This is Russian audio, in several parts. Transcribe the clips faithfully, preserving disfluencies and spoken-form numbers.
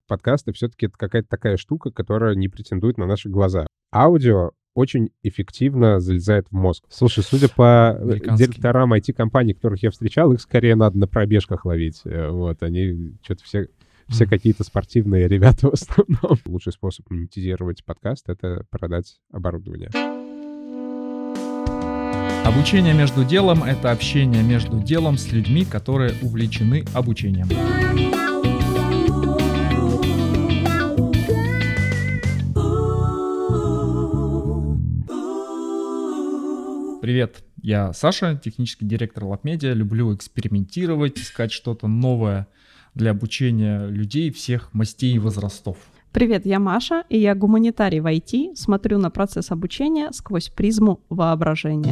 подкасты все-таки это какая-то такая штука, которая не претендует на наши глаза. Аудио очень эффективно залезает в мозг. Слушай, судя по Американский. директорам ай ти-компаний, которых я встречал, их скорее надо на пробежках ловить. Э, Вот, они что-то все, все Мгм. какие-то спортивные ребята в основном. Лучший способ монетизировать подкаст — это продать оборудование. Обучение между делом — это общение между делом с людьми, которые увлечены обучением. Привет, я Саша, технический директор LabMedia. Люблю экспериментировать, искать что-то новое для обучения людей всех мастей и возрастов. Привет, я Маша, и я гуманитарий в ай ти, смотрю на процесс обучения сквозь призму воображения.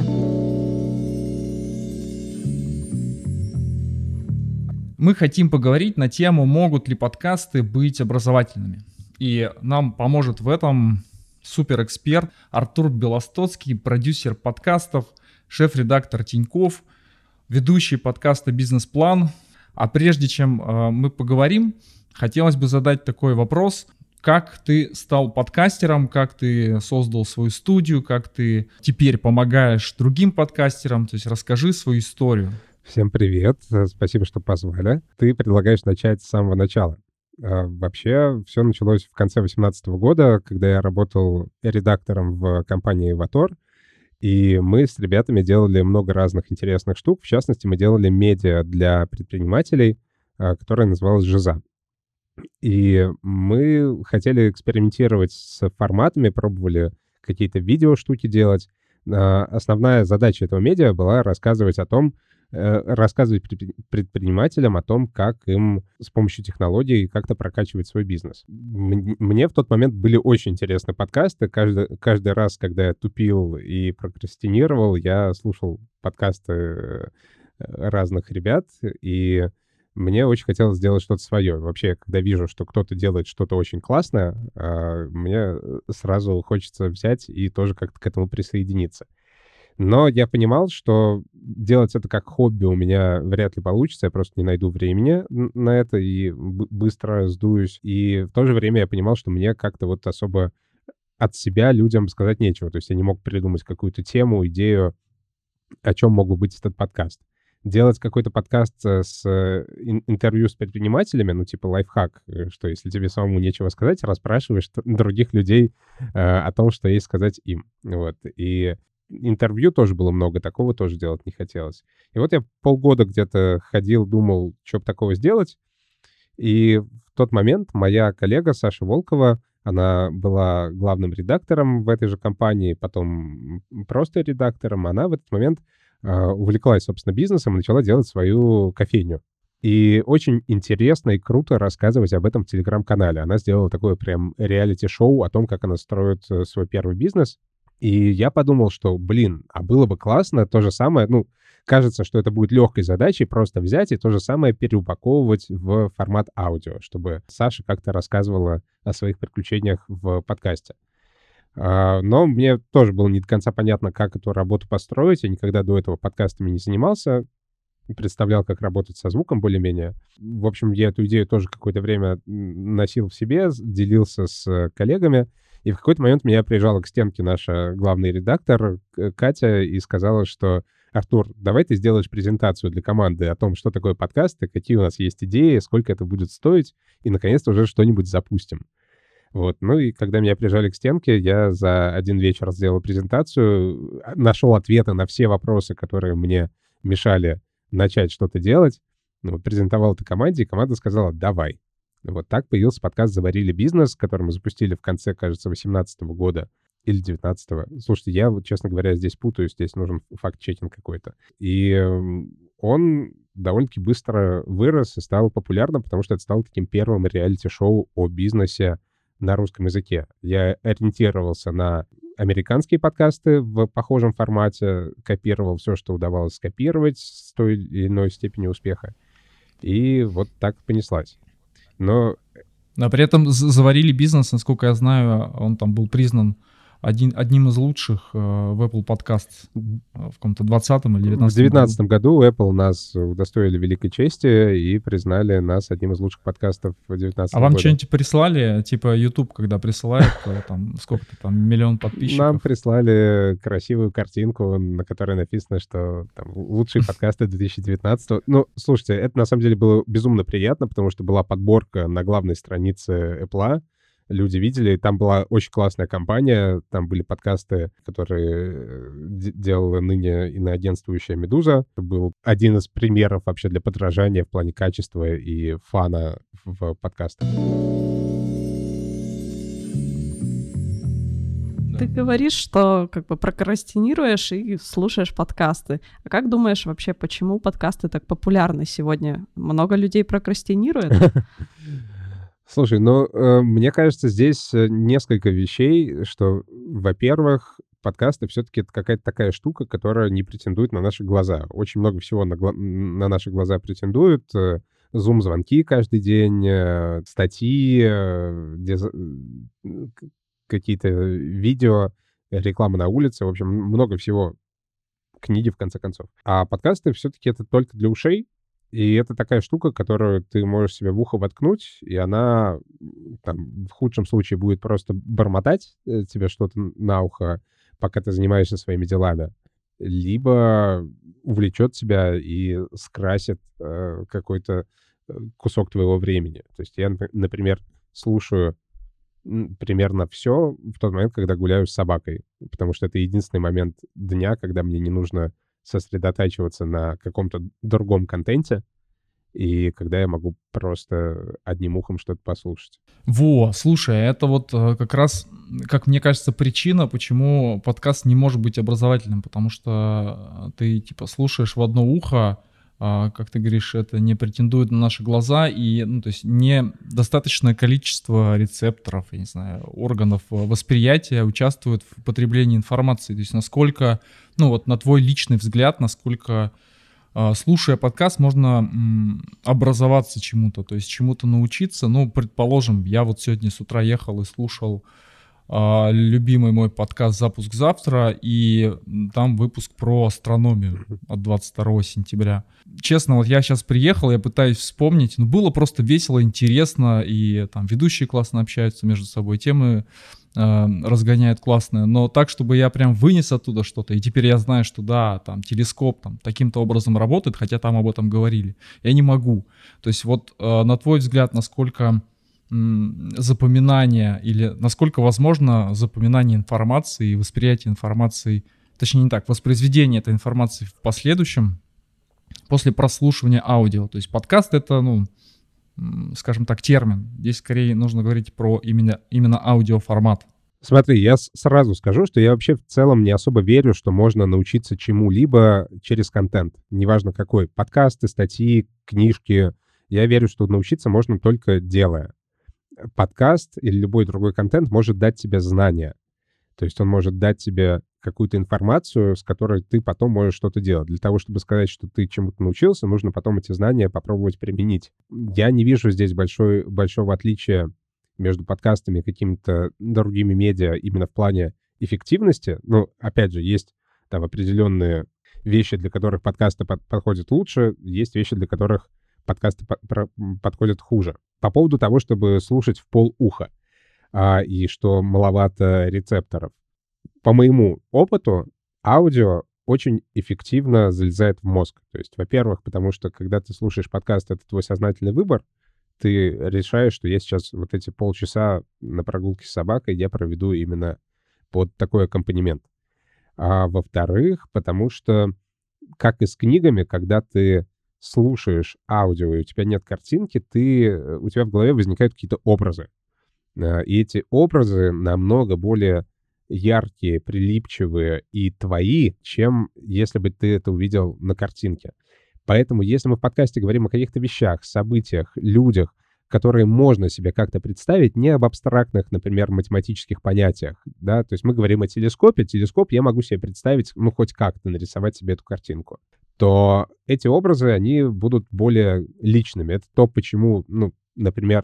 Мы хотим поговорить на тему, могут ли подкасты быть образовательными. И нам поможет в этом суперэксперт Артур Белостоцкий, продюсер подкастов, шеф-редактор Тинькофф, ведущий подкаста «Бизнес-план». А прежде чем э, мы поговорим, хотелось бы задать такой вопрос. Как ты стал подкастером, как ты создал свою студию, как ты теперь помогаешь другим подкастерам? То есть расскажи свою историю. Всем привет, спасибо, что позвали. Ты предлагаешь начать с самого начала. А, Вообще, все началось в конце две тысячи восемнадцатого года, когда я работал редактором в компании «Ватор», и мы с ребятами делали много разных интересных штук. В частности, мы делали медиа для предпринимателей, а, которое называлось «Жиза». И мы хотели экспериментировать с форматами, пробовали какие-то видео-штуки делать. А, Основная задача этого медиа была рассказывать о том, э, рассказывать предпри- предпринимателям о том, как им с помощью технологий как-то прокачивать свой бизнес. М- Мне в тот момент были очень интересны подкасты. Каждый, каждый раз, когда я тупил и прокрастинировал, я слушал подкасты э, разных ребят, и мне очень хотелось сделать что-то свое. Вообще, когда вижу, что кто-то делает что-то очень классное, а, мне сразу хочется взять и тоже как-то к этому присоединиться. Но я понимал, что делать это как хобби у меня вряд ли получится, я просто не найду времени н- на это и б- быстро сдуюсь. И в то же время я понимал, что мне как-то вот особо от себя людям сказать нечего. То есть я не мог придумать какую-то тему, идею, о чем мог бы быть этот подкаст. Делать какой-то подкаст э, с э, ин- интервью с предпринимателями, ну, типа лайфхак, э, что если тебе самому нечего сказать, расспрашиваешь т- других людей э, о том, что есть сказать им. Вот. И интервью тоже было много, такого тоже делать не хотелось. И вот я полгода где-то ходил, думал, что бы такого сделать. И в тот момент моя коллега Саша Волкова, она была главным редактором в этой же компании, потом м, просто редактором. Она в этот момент а, увлеклась, собственно, бизнесом и начала делать свою кофейню. И очень интересно и круто рассказывать об этом в Телеграм-канале. Она сделала такое прям реалити-шоу о том, как она строит э, свой первый бизнес. И я подумал, что, блин, а было бы классно то же самое, ну, кажется, что это будет легкой задачей просто взять и то же самое переупаковывать в формат аудио, чтобы Саша как-то рассказывала о своих приключениях в подкасте. А, Но мне тоже было не до конца понятно, как эту работу построить. Я никогда до этого подкастами не занимался, не представлял, как работать со звуком более-менее. В общем, я эту идею тоже какое-то время м, носил в себе, с- делился с э, коллегами. И в какой-то момент меня прижала к стенке наша главный редактор К- Катя и сказала, что «Артур, давай ты сделаешь презентацию для команды о том, что такое подкасты, какие у нас есть идеи, сколько это будет стоить, и, наконец-то, уже что-нибудь запустим». Вот. Ну и когда меня прижали к стенке, я за один вечер сделал презентацию, а, нашел ответы на все вопросы, которые мне мешали начать что-то делать. Ну, вот презентовал это команде, и команда сказала «давай». Вот так появился подкаст «Заварили бизнес», который мы запустили в конце, кажется, восемнадцатого года или девятнадцатого. Слушайте, я вот, честно говоря, здесь путаюсь, здесь нужен факт-чекинг какой-то. И эм, он довольно-таки быстро вырос и стал популярным, потому что это стало таким первым реалити-шоу о бизнесе на русском языке. Я ориентировался на американские подкасты в похожем формате, копировал все, что удавалось скопировать с той или иной степенью успеха. И вот так понеслась. Но Но при этом з- заварили бизнес, насколько я знаю, он там был признан один, одним из лучших э, в Apple Podcasts в каком-то двадцатом или девятнадцатом В девятнадцатом году Apple нас удостоили великой чести и признали нас одним из лучших подкастов девятнадцатого А вам года. что-нибудь прислали? Типа YouTube, когда присылает, там сколько-то там, миллион подписчиков? Нам прислали красивую картинку, на которой написано, что там, лучшие подкасты две тысячи девятнадцатого. Ну, слушайте, это на самом деле было безумно приятно, потому что была подборка на главной странице Apple. Люди видели, там была очень классная компания, там были подкасты, которые делала ныне иноагентствующая «Медуза». Это был один из примеров вообще для подражания в плане качества и фана в подкастах. Ты говоришь, что как бы прокрастинируешь и слушаешь подкасты. А как думаешь вообще, почему подкасты так популярны сегодня? Много людей прокрастинирует? Слушай, ну, э, мне кажется, здесь несколько вещей, что, во-первых, подкасты все-таки это какая-то такая штука, которая не претендует на наши глаза. Очень много всего на, гла- на наши глаза претендует. Зум-звонки каждый день, э, статьи, э, дез... какие-то видео, реклама на улице. В общем, много всего. Книги, в конце концов. А подкасты все-таки это только для ушей. И это такая штука, которую ты можешь себе в ухо воткнуть, и она там, в худшем случае будет просто бормотать тебе что-то на ухо, пока ты занимаешься своими делами, либо увлечет тебя и скрасит э, какой-то кусок твоего времени. То есть я, например, слушаю примерно все в тот момент, когда гуляю с собакой, потому что это единственный момент дня, когда мне не нужно сосредотачиваться на каком-то другом контенте, и когда я могу просто одним ухом что-то послушать. Во, слушай, это вот как раз, как мне кажется, причина, почему подкаст не может быть образовательным, потому что ты, типа, слушаешь в одно ухо, а, как ты говоришь, это не претендует на наши глаза, и, ну, то есть недостаточное количество рецепторов, я не знаю, органов восприятия участвует в потреблении информации. То есть насколько, ну, вот на твой личный взгляд, насколько, а, слушая подкаст, можно м, образоваться чему-то, то есть чему-то научиться. Ну, предположим, я вот сегодня с утра ехал и слушал Uh, любимый мой подкаст «Запуск завтра», и там выпуск про астрономию от двадцать второго сентября. Честно, вот я сейчас приехал, я пытаюсь вспомнить, ну, было просто весело, интересно, и там ведущие классно общаются между собой, темы uh, разгоняют классные, но так, чтобы я прям вынес оттуда что-то, и теперь я знаю, что да, там телескоп там таким-то образом работает, хотя там об этом говорили, я не могу. То есть вот uh, на твой взгляд, насколько запоминание или насколько возможно запоминание информации и восприятие информации, точнее не так, воспроизведение этой информации в последующем после прослушивания аудио. То есть подкаст — это, ну, скажем так, термин. Здесь скорее нужно говорить про именно, именно аудиоформат. Смотри, я сразу скажу, что я вообще в целом не особо верю, что можно научиться чему-либо через контент. Неважно какой. Подкасты, статьи, книжки. Я верю, что научиться можно только делая. Подкаст или любой другой контент может дать тебе знания. То есть он может дать тебе какую-то информацию, с которой ты потом можешь что-то делать. Для того, чтобы сказать, что ты чему-то научился, нужно потом эти знания попробовать применить. Я не вижу здесь большой, большого отличия между подкастами и какими-то другими медиа именно в плане эффективности. Ну, опять же, есть там определенные вещи, для которых подкасты под- подходят лучше, есть вещи, для которых подкасты по- подходят хуже. По поводу того, чтобы слушать в полуха, а, и что маловато рецепторов. По моему опыту, аудио очень эффективно залезает в мозг. То есть, во-первых, потому что, когда ты слушаешь подкаст, это твой сознательный выбор, ты решаешь, что я сейчас вот эти полчаса на прогулке с собакой я проведу именно под такой аккомпанемент. А во-вторых, потому что, как и с книгами, когда ты слушаешь аудио, и у тебя нет картинки, ты, у тебя в голове возникают какие-то образы. И эти образы намного более яркие, прилипчивые и твои, чем если бы ты это увидел на картинке. Поэтому, если мы в подкасте говорим о каких-то вещах, событиях, людях, которые можно себе как-то представить, не об абстрактных, например, математических понятиях, да, то есть мы говорим о телескопе, телескоп я могу себе представить, ну, хоть как-то нарисовать себе эту картинку, то эти образы, они будут более личными. Это то, почему, ну, например,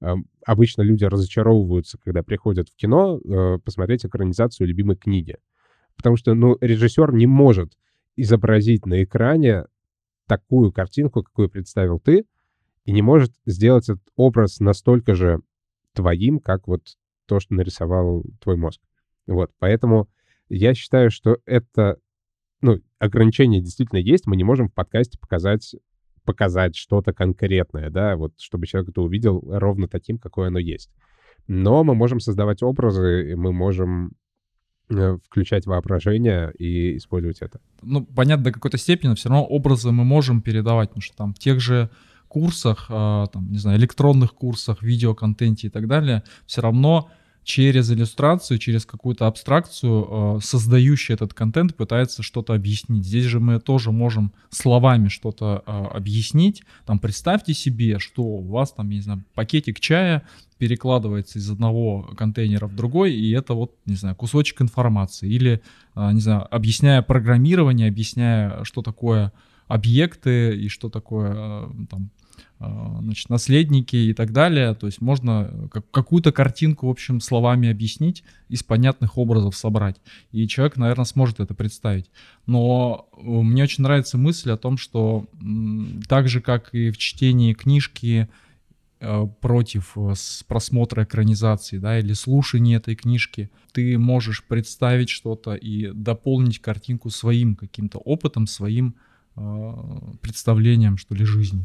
э, обычно люди разочаровываются, когда приходят в кино э, посмотреть экранизацию любимой книги. Потому что, ну, режиссер не может изобразить на экране такую картинку, какую представил ты, и не может сделать этот образ настолько же твоим, как вот то, что нарисовал твой мозг. Вот, поэтому я считаю, что это, ну, ограничения действительно есть, мы не можем в подкасте показать, показать что-то конкретное, да, вот, чтобы человек это увидел ровно таким, какое оно есть. Но мы можем создавать образы, и мы можем э, включать воображение и использовать это. Ну, понятно, до какой-то степени, но все равно образы мы можем передавать, потому что там в тех же курсах, э, там, не знаю, электронных курсах, видеоконтенте и так далее, все равно через иллюстрацию, через какую-то абстракцию э, создающий этот контент пытается что-то объяснить. Здесь же мы тоже можем словами что-то э, объяснить. Там представьте себе, что у вас там, я не знаю, пакетик чая перекладывается из одного контейнера в другой, и это вот, не знаю, кусочек информации. Или, э, не знаю, объясняя программирование, объясняя, что такое объекты и что такое э, там, значит, наследники и так далее. То есть можно как, какую-то картинку, в общем, словами объяснить, из понятных образов собрать. И человек, наверное, сможет это представить. Но мне очень нравится мысль о том, что м, так же, как и в чтении книжки э, против просмотра экранизации, да, или слушания этой книжки, ты можешь представить что-то и дополнить картинку своим каким-то опытом, своим э, представлением, что ли, жизни.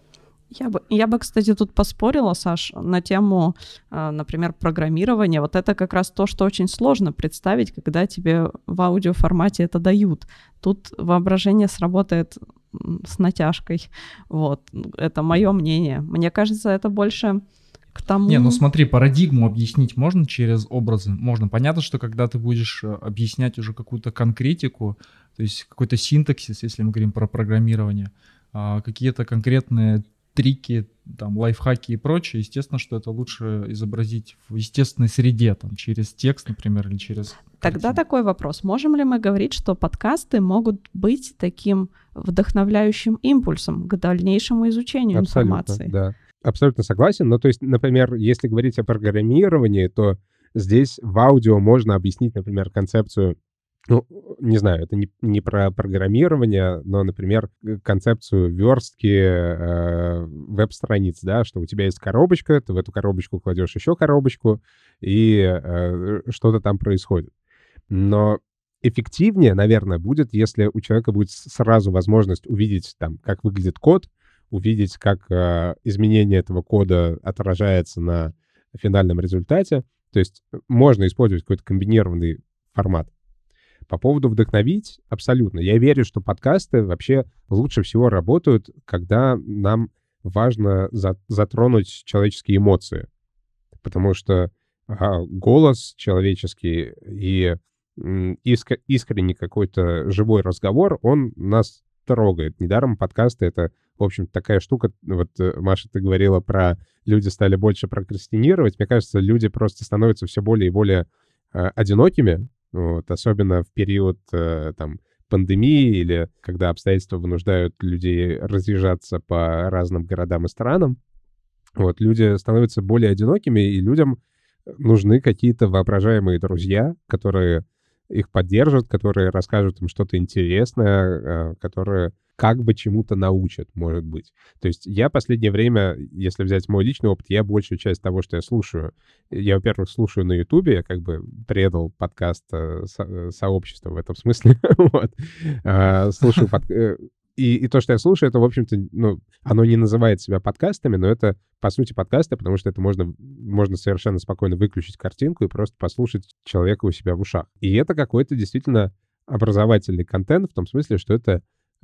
Я бы, я бы, кстати, тут поспорила, Саш, на тему, например, программирования. Вот это как раз то, что очень сложно представить, когда тебе в аудиоформате это дают. Тут воображение сработает с натяжкой. Вот. Это мое мнение. Мне кажется, это больше к тому... Не, ну смотри, парадигму объяснить можно через образы? Можно. Понятно, что когда ты будешь объяснять уже какую-то конкретику, то есть какой-то синтаксис, если мы говорим про программирование, какие-то конкретные трики, там, лайфхаки и прочее, естественно, что это лучше изобразить в естественной среде, там, через текст, например, или через... Тогда такой вопрос. Можем ли мы говорить, что подкасты могут быть таким вдохновляющим импульсом к дальнейшему изучению Абсолютно, информации? Да, абсолютно согласен. Ну, то есть, например, если говорить о программировании, то здесь в аудио можно объяснить, например, концепцию. Ну, не знаю, это не, не про программирование, но, например, концепцию верстки э, веб-страниц, да, что у тебя есть коробочка, ты в эту коробочку кладешь еще коробочку, и э, что-то там происходит. Но эффективнее, наверное, будет, если у человека будет сразу возможность увидеть, там, как выглядит код, увидеть, как э, изменение этого кода отражается на финальном результате. То есть можно использовать какой-то комбинированный формат. По поводу вдохновить, абсолютно. Я верю, что подкасты вообще лучше всего работают, когда нам важно за, затронуть человеческие эмоции. Потому что а, голос человеческий и м, иск, искренний какой-то живой разговор, он нас трогает. Недаром подкасты — это, в общем, такая штука. Вот, Маша, ты говорила про люди стали больше прокрастинировать. Мне кажется, люди просто становятся все более и более а, одинокими. Вот, особенно в период э, там, пандемии или когда обстоятельства вынуждают людей разъезжаться по разным городам и странам. Вот, люди становятся более одинокими, и людям нужны какие-то воображаемые друзья, которые их поддержат, которые расскажут им что-то интересное, э, которые как бы чему-то научат, может быть. То есть я последнее время, если взять мой личный опыт, я большую часть того, что я слушаю, я, во-первых, слушаю на Ютубе, я как бы предал подкаст со- сообщества в этом смысле. Вот. А, слушаю под... и, и то, что я слушаю, это, в общем-то, ну, оно не называет себя подкастами, но это, по сути, подкасты, потому что это можно, можно совершенно спокойно выключить картинку и просто послушать человека у себя в ушах. И это какой-то действительно образовательный контент в том смысле, что это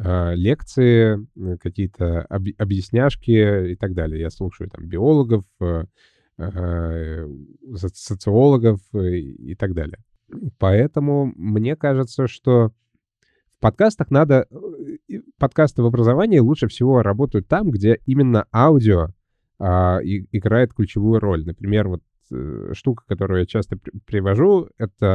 лекции, какие-то об, объясняшки и так далее. Я слушаю там биологов, э, э, социологов и, и так далее. Поэтому мне кажется, что в подкастах надо... Подкасты в образовании лучше всего работают там, где именно аудио а, и, играет ключевую роль. Например, вот э, штука, которую я часто при, привожу, это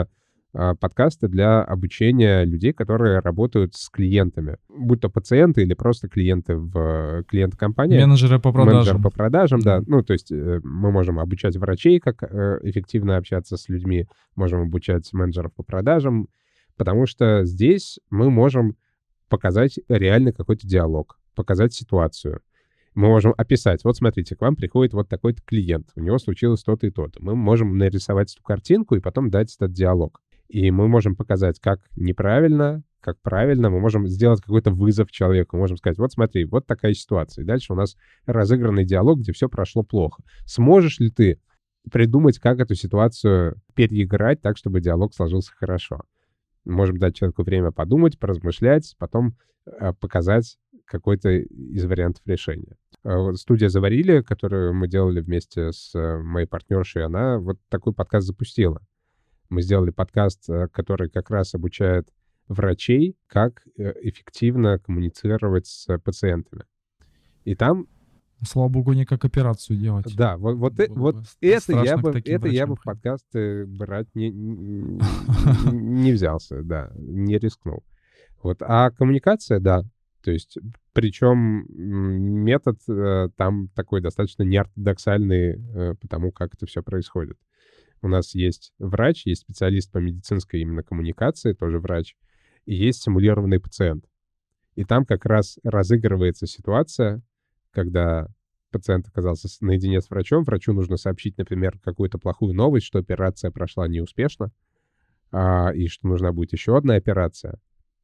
а, подкасты для обучения людей, которые работают с клиентами, будь то пациенты или просто клиенты в клиент-компании. Менеджеры по продажам. Менеджеры по продажам, да. Да. Ну, то есть э, мы можем обучать врачей, как э, эффективно общаться с людьми, можем обучать менеджеров по продажам, потому что здесь мы можем показать реальный какой-то диалог, показать ситуацию. Мы можем описать, вот смотрите, к вам приходит вот такой-то клиент, у него случилось то-то и то-то. Мы можем нарисовать эту картинку и потом дать этот диалог. И мы можем показать, как неправильно, как правильно. Мы можем сделать какой-то вызов человеку. Мы можем сказать, вот смотри, вот такая ситуация. И дальше у нас разыгранный диалог, где все прошло плохо. Сможешь ли ты придумать, как эту ситуацию переиграть так, чтобы диалог сложился хорошо? Можем дать человеку время подумать, поразмышлять, потом э, показать какой-то из вариантов решения. Э, вот студия «Заварили», которую мы делали вместе с э, моей партнершей, она вот такой подкаст запустила. Мы сделали подкаст, э, который как раз обучает врачей, как э, эффективно коммуницировать с пациентами. И там... Слава богу, не как операцию делать. Да, вот, вот, э- Было вот бы это, я страшно к бы, таким это я врачам бы в ходить. подкасты брать не, не, не взялся, да, не рискнул. Вот. А коммуникация, да. То есть, причем м, метод э, там такой достаточно неортодоксальный, э, потому как это все происходит. У нас есть врач, есть специалист по медицинской именно коммуникации, тоже врач, и есть симулированный пациент. И там как раз разыгрывается ситуация, когда пациент оказался с- наедине с врачом, врачу нужно сообщить, например, какую-то плохую новость, что операция прошла неуспешно, а, и что нужна будет еще одна операция.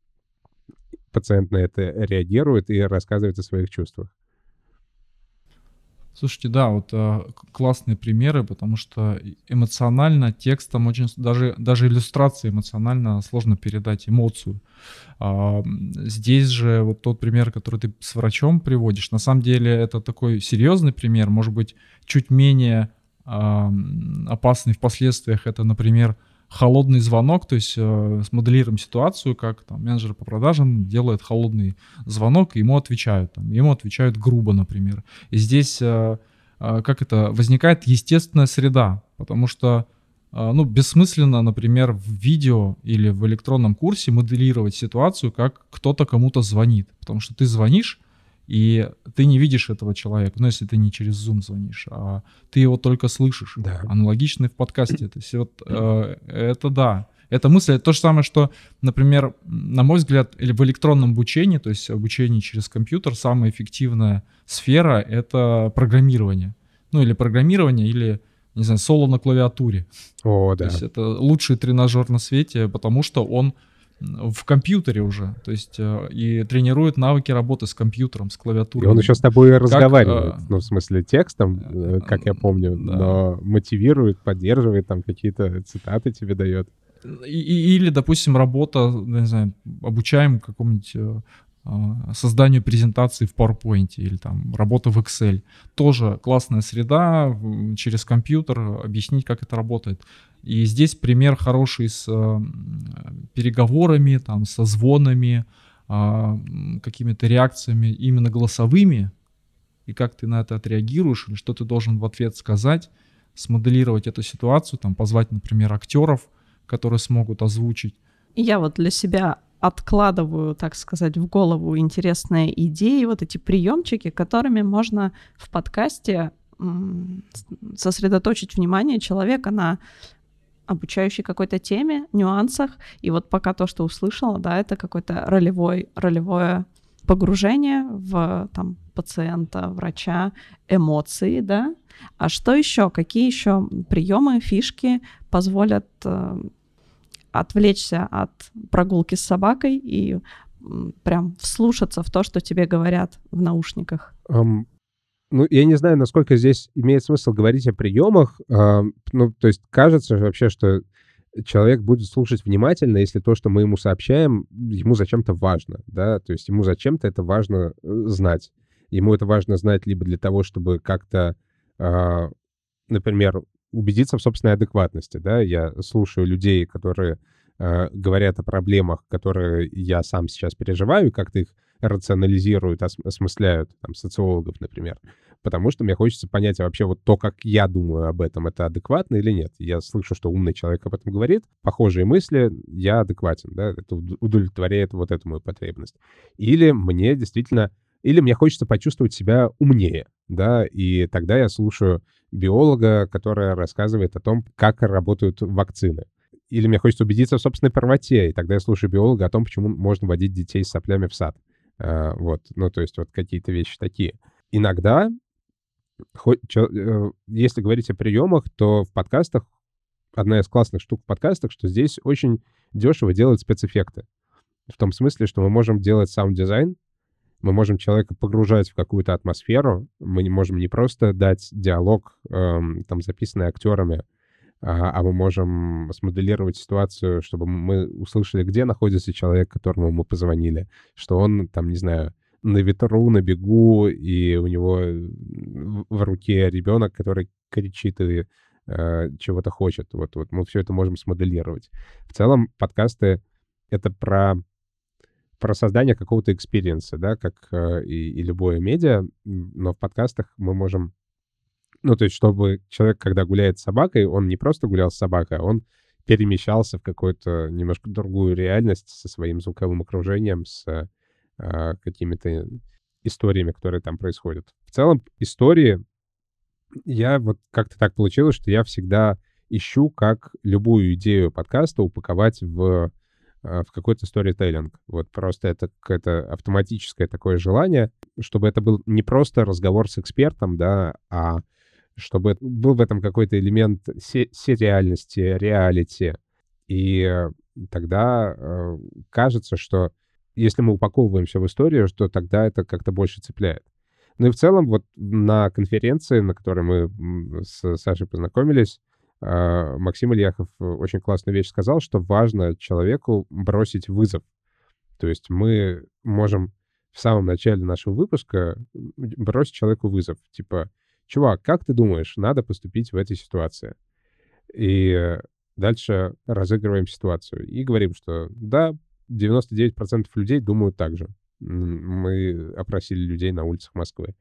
Пациент на это реагирует и рассказывает о своих чувствах. Слушайте, да, вот э, к- классные примеры, потому что и- эмоционально текстом очень, с- даже, даже иллюстрацией эмоционально сложно передать эмоцию. А, м, здесь же вот тот пример, который ты с врачом приводишь, на самом деле это такой серьезный пример, может быть, чуть менее а, м, опасный в последствиях. Это, например, холодный звонок, то есть э, смоделируем ситуацию, как там менеджер по продажам делает холодный звонок, и ему отвечают, там, ему отвечают грубо, например. И здесь, э, э, как это, возникает естественная среда, потому что, э, ну, бессмысленно, например, в видео или в электронном курсе моделировать ситуацию, как кто-то кому-то звонит, потому что ты звонишь, и ты не видишь этого человека, ну, если ты не через Zoom звонишь, а ты его только слышишь. Да. Аналогично и в подкасте. То есть вот э, это да. Это мысль, это то же самое, что, например, на мой взгляд, или в электронном обучении, то есть обучение через компьютер, самая эффективная сфера — это программирование. Ну, или программирование, или, не знаю, соло на клавиатуре. О, То да. есть это лучший тренажер на свете, потому что он в компьютере уже, то есть э, и тренирует навыки работы с компьютером, с И клавиатурой. он еще с тобой Как, разговаривает, э, ну, в смысле, текстом, э, как я помню, да. но мотивирует, поддерживает, там какие-то цитаты тебе дает. И- и- Или, допустим, работа, не знаю, обучаем какому-нибудь э, а, созданию презентации в PowerPoint или там работа в Excel. Тоже классная среда, в- через компьютер объяснить, как это работает. И здесь пример хороший с э, м, переговорами, там, со звонами, а, м, какими-то реакциями именно голосовыми, и как ты на это отреагируешь, или что ты должен в ответ сказать, смоделировать эту ситуацию, там, позвать, например, актеров, которые смогут озвучить. И я вот для себя откладываю, так сказать, в голову интересные идеи, вот эти приемчики, которыми можно в подкасте м, с- сосредоточить внимание человека на обучающей какой-то теме, нюансах. И вот пока то, что услышала, да, это какое-то ролевой, ролевое погружение в там, пациента, врача, эмоции, да. А что еще? Какие еще приемы, фишки позволят э, отвлечься от прогулки с собакой и м, прям вслушаться в то, что тебе говорят в наушниках? Ам, ну, я не знаю, насколько здесь имеет смысл говорить о приемах. Ам, ну, то есть кажется вообще, что человек будет слушать внимательно, если то, что мы ему сообщаем, ему зачем-то важно, да, то есть ему зачем-то это важно э, знать. Ему это важно знать либо для того, чтобы как-то, а, например, убедиться в собственной адекватности, да, я слушаю людей, которые э, говорят о проблемах, которые я сам сейчас переживаю, и как-то их рационализируют, ос- осмысляют, там, социологов, например. потому что мне хочется понять, а вообще вот то, как я думаю об этом, это адекватно или нет. Я слышу, что умный человек об этом говорит, похожие мысли, я адекватен, да, это удовлетворяет вот эту мою потребность. Или мне действительно, или мне хочется почувствовать себя умнее, да, и тогда я слушаю биолога, который рассказывает о том, как работают вакцины. Или мне хочется убедиться в собственной правоте, и тогда я слушаю биолога о том, почему можно водить детей с соплями в сад. А, вот, ну, то есть вот какие-то вещи такие. Иногда, хоть, чё, э, если говорить о приемах, то в подкастах, одна из классных штук в подкастах, что здесь очень дешево делать спецэффекты. В том смысле, что мы можем делать саунд-дизайн, мы можем человека погружать в какую-то атмосферу, мы не можем не просто дать диалог, эм, там, записанный актерами, а, а мы можем смоделировать ситуацию, чтобы мы услышали, где находится человек, которому мы позвонили, что он, там, не знаю, на ветру, на бегу, и у него в руке ребенок, который кричит и э, чего-то хочет. Вот, вот мы все это можем смоделировать. В целом подкасты — это про, про создание какого-то экспириенса, да, как э, и, и любое медиа, но в подкастах мы можем... Ну, то есть чтобы человек, когда гуляет с собакой, он не просто гулял с собакой, а он перемещался в какую-то немножко другую реальность со своим звуковым окружением, с э, какими-то историями, которые там происходят. В целом истории... Я вот как-то так получилось, что я всегда ищу, как любую идею подкаста упаковать в, в какой-то сторителлинг. Вот просто это какое-то автоматическое такое желание, чтобы это был не просто разговор с экспертом, да, а чтобы был в этом какой-то элемент се- сериальности, реалити. И тогда э, кажется, что если мы упаковываемся в историю, что тогда это как-то больше цепляет. Ну и в целом вот на конференции, на которой мы с Сашей познакомились, Максим Ильяхов очень классную вещь сказал, что важно человеку бросить вызов. То есть мы можем в самом начале нашего выпуска бросить человеку вызов. Типа, чувак, как ты думаешь, надо поступить в этой ситуации? И дальше разыгрываем ситуацию и говорим, что да, девяносто девять процентов людей думают так же. Мы опросили людей на улицах Москвы.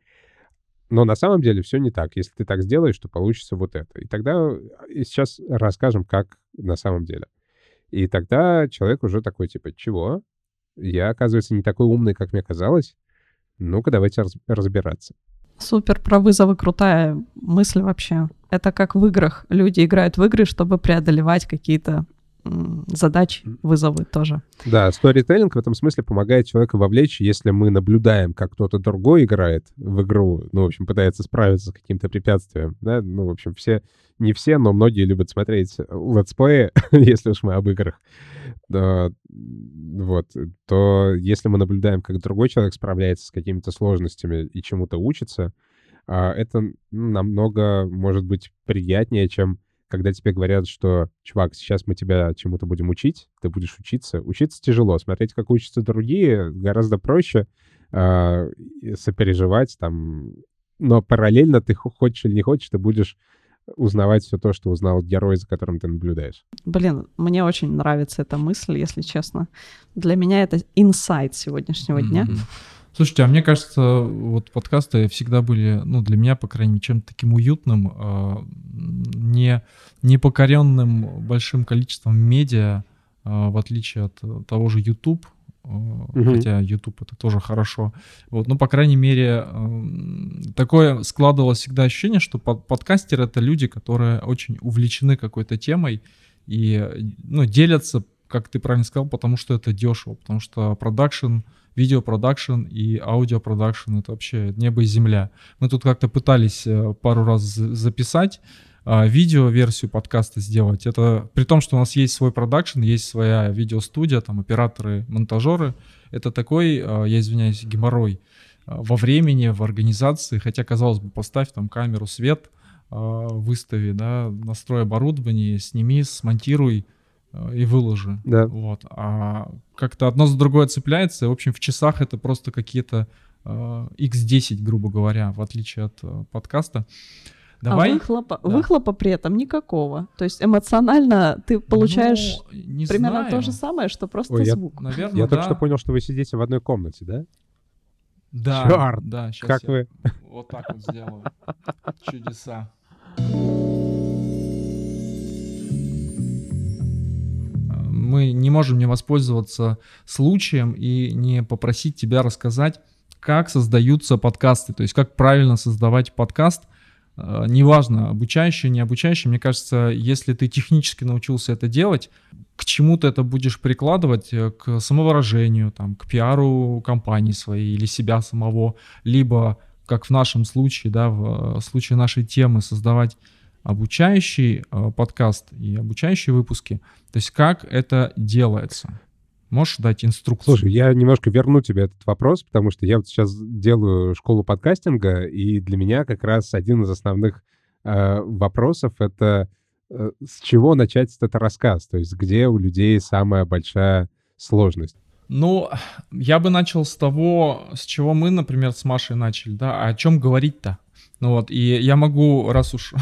Но на самом деле все не так. Если ты так сделаешь, то получится вот это. И тогда и сейчас расскажем, как на самом деле. И тогда человек уже такой, типа, чего? Я, оказывается, не такой умный, как мне казалось. Ну-ка, давайте раз- разбираться. Супер, про вызовы крутая мысль вообще. Это как в играх. Люди играют в игры, чтобы преодолевать какие-то задачи, вызовы тоже. Да, сторителлинг в этом смысле помогает человеку вовлечь, если мы наблюдаем, как кто-то другой играет в игру, ну, в общем, пытается справиться с каким-то препятствием, да, ну, в общем, все, не все, но многие любят смотреть летсплеи, если уж мы об играх, да, вот, то если мы наблюдаем, как другой человек справляется с какими-то сложностями и чему-то учится, это намного, может быть, приятнее, чем когда тебе говорят, что, чувак, сейчас мы тебя чему-то будем учить, ты будешь учиться. Учиться тяжело, смотреть, как учатся другие, гораздо проще, э, сопереживать там. Но параллельно ты хочешь или не хочешь, ты будешь узнавать все то, что узнал герой, за которым ты наблюдаешь. Блин, мне очень нравится эта мысль, если честно. Для меня это инсайт сегодняшнего mm-hmm. дня. Слушайте, а мне кажется, вот подкасты всегда были, ну, для меня, по крайней мере, чем-то таким уютным, э, не, не покоренным большим количеством медиа, э, в отличие от того же YouTube, э, mm-hmm. хотя YouTube — это тоже хорошо. Вот, но, по крайней мере, э, такое складывалось всегда ощущение, что под, подкастеры — это люди, которые очень увлечены какой-то темой и, ну, делятся, как ты правильно сказал, потому что это дешево, потому что продакшн, видеопродакшн и аудиопродакшн — это вообще небо и земля. Мы тут как-то пытались пару раз записать, видео-версию подкаста сделать. Это при том, что у нас есть свой продакшн, есть своя видеостудия, там операторы, монтажеры. Это такой, я извиняюсь, геморрой во времени, в организации. Хотя, казалось бы, поставь там камеру, свет, выстави, да, настрой оборудование, сними, смонтируй и выложи. Да. Вот. А как-то одно за другое цепляется. И, в общем, в часах это просто какие-то э, икс десять, грубо говоря, в отличие от э, подкаста. Давай. А выхлопа, да. выхлопа при этом никакого. То есть эмоционально ты получаешь ну, примерно знаю. то же самое, что просто Ой, звук. Я, Наверное, я да. только что понял, что вы сидите в одной комнате, да? Да, Чёрт, да, сейчас как я вы? вот так вот сделаю. Чудеса. Мы не можем не воспользоваться случаем и не попросить тебя рассказать, как создаются подкасты, то есть как правильно создавать подкаст. Э, Неважно, обучающий, не обучающий. Мне кажется, если ты технически научился это делать, к чему ты это будешь прикладывать, э, к самовыражению, там, к пиару компании своей или себя самого, либо, как в нашем случае, да, в э, случае нашей темы, создавать обучающий э, подкаст и обучающие выпуски. То есть как это делается? Можешь дать инструкцию? Слушай, я немножко верну тебе этот вопрос, потому что я вот сейчас делаю школу подкастинга, и для меня как раз один из основных э, вопросов — это э, с чего начать этот рассказ, то есть где у людей самая большая сложность. Ну, я бы начал с того, с чего мы, например, с Машей начали, да, а о чем говорить-то? Ну вот, и я могу, раз уж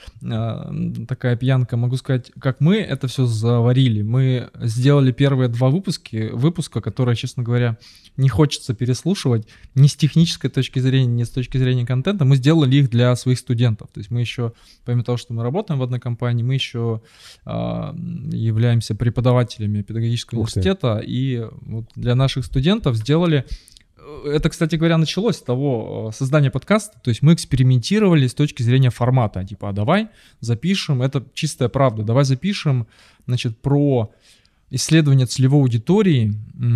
э, такая пьянка, могу сказать, как мы это все заварили. Мы сделали первые два выпуски, выпуска, которые, честно говоря, не хочется переслушивать ни с технической точки зрения, ни с точки зрения контента. Мы сделали их для своих студентов. То есть мы еще, помимо того, что мы работаем в одной компании, мы еще э, являемся преподавателями педагогического Ух ты. университета. И вот для наших студентов сделали... Это, кстати говоря, началось с того э, создания подкаста. То есть мы экспериментировали с точки зрения формата. Типа, а давай запишем, это чистая правда, давай запишем, значит, про исследование целевой аудитории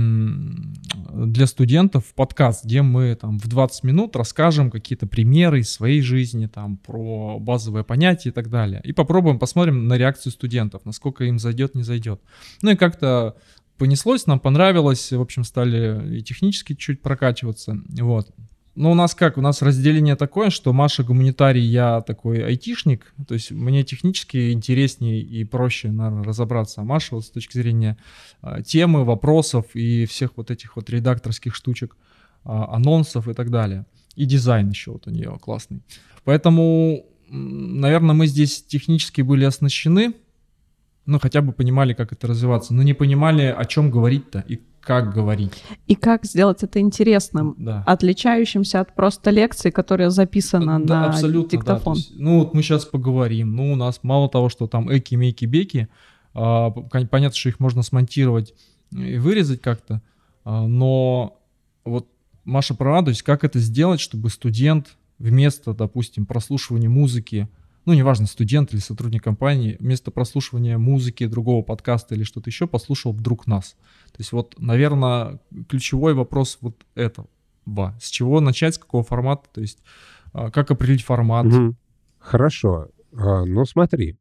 м, для студентов в подкаст, где мы там в двадцать минут расскажем какие-то примеры из своей жизни, там, про базовые понятия и так далее. И попробуем, посмотрим на реакцию студентов, насколько им зайдет, не зайдет. Ну и как-то понеслось, нам понравилось, в общем, стали и технически чуть прокачиваться, вот. Но у нас как, у нас разделение такое, что Маша гуманитарий, я такой айтишник, то есть мне технически интереснее и проще, наверное, разобраться, а Маша вот с точки зрения а, темы, вопросов и всех вот этих вот редакторских штучек, а, анонсов и так далее. И дизайн еще вот у нее классный. Поэтому, м, наверное, мы здесь технически были оснащены, ну, хотя бы понимали, как это развиваться, но не понимали, о чем говорить-то и как говорить. И как сделать это интересным, Да. отличающимся от просто лекции, которая записана Да, на абсолютно, да. То диктофон. есть, ну, вот мы сейчас поговорим. Ну, у нас мало того, что там эки, мейки, беки, а, пон- понятно, что их можно смонтировать и вырезать как-то, а, но вот Маша права, то есть как это сделать, чтобы студент вместо, допустим, прослушивания музыки, ну, неважно, студент или сотрудник компании, вместо прослушивания музыки, другого подкаста или что-то еще, послушал вдруг нас. То есть вот, наверное, ключевой вопрос вот этого. С чего начать, с какого формата, то есть а, как определить формат. Мгм. Хорошо. А, Ну, смотри,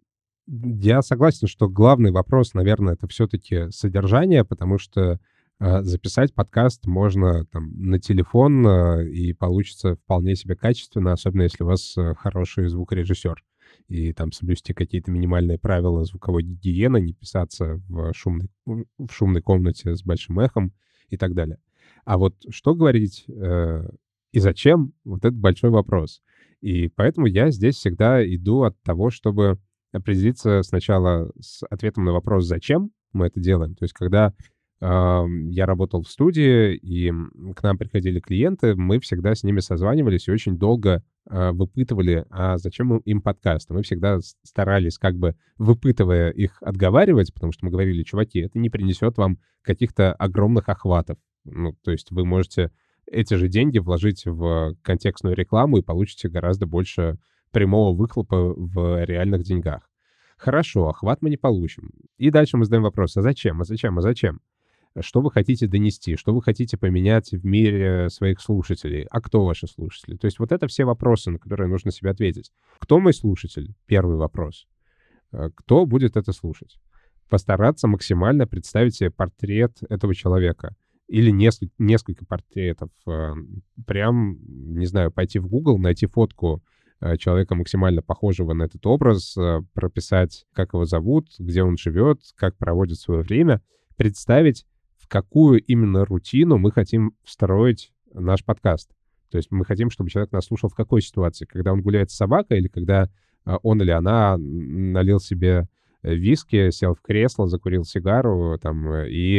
я согласен, что главный вопрос, наверное, это все-таки содержание, потому что а, записать подкаст можно там на телефон, а, и получится вполне себе качественно, особенно если у вас а, хороший звукорежиссер. И там соблюсти какие-то минимальные правила звуковой гигиены, не писаться в шумной, в шумной комнате с большим эхом и так далее. А вот что говорить э, и зачем, вот это большой вопрос. И поэтому я здесь всегда иду от того, чтобы определиться сначала с ответом на вопрос «зачем мы это делаем?». То есть когда э, я работал в студии, и м, к нам приходили клиенты, мы всегда с ними созванивались и очень долго э, выпытывали, а зачем им- им подкаст. Мы всегда с- старались, как бы выпытывая их, отговаривать, потому что мы говорили: чуваки, это не принесет вам каких-то огромных охватов. Ну, то есть вы можете эти же деньги вложить в контекстную рекламу и получите гораздо больше прямого выхлопа в реальных деньгах. Хорошо, охват мы не получим. И дальше мы задаем вопрос: а зачем, а зачем, а зачем? Что вы хотите донести, что вы хотите поменять в мире своих слушателей, а кто ваши слушатели? То есть вот это все вопросы, на которые нужно себе ответить. Кто мой слушатель? Первый вопрос. Э, Кто будет это слушать? Постараться максимально представить себе портрет этого человека. Или несколько, несколько портретов. Э, Прям, не знаю, пойти в Google, найти фотку э, человека, максимально похожего на этот образ, э, прописать, как его зовут, где он живет, как проводит свое время, представить, в какую именно рутину мы хотим встроить наш подкаст. То есть мы хотим, чтобы человек нас слушал в какой ситуации? Когда он гуляет с собакой, или когда а, он или она м, налил себе э, виски, сел в кресло, закурил сигару там, э, и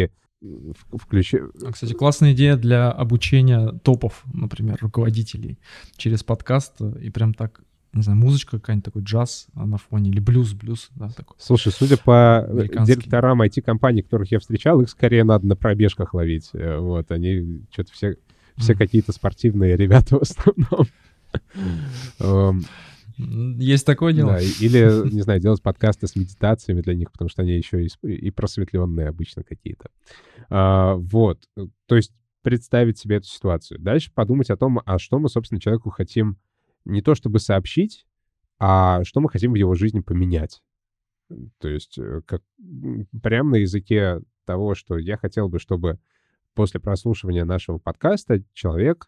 включи... Кстати, классная идея для обучения топов, например, руководителей через подкаст, и прям так, не знаю, музычка какая-нибудь, такой джаз на фоне, или блюз, блюз, да, такой. Слушай, судя по Американский. директорам ай ти-компаний, которых я встречал, их скорее надо на пробежках ловить. Вот, они что-то все, все mm. какие-то спортивные ребята в основном. Есть такое дело. Да, или, не знаю, делать подкасты с медитациями для них, потому что они еще и, и просветленные обычно какие-то. А, вот, то есть представить себе эту ситуацию. Дальше подумать о том, а что мы, собственно, человеку хотим не то чтобы сообщить, а что мы хотим в его жизни поменять. То есть как, прямо на языке того, что я хотел бы, чтобы после прослушивания нашего подкаста человек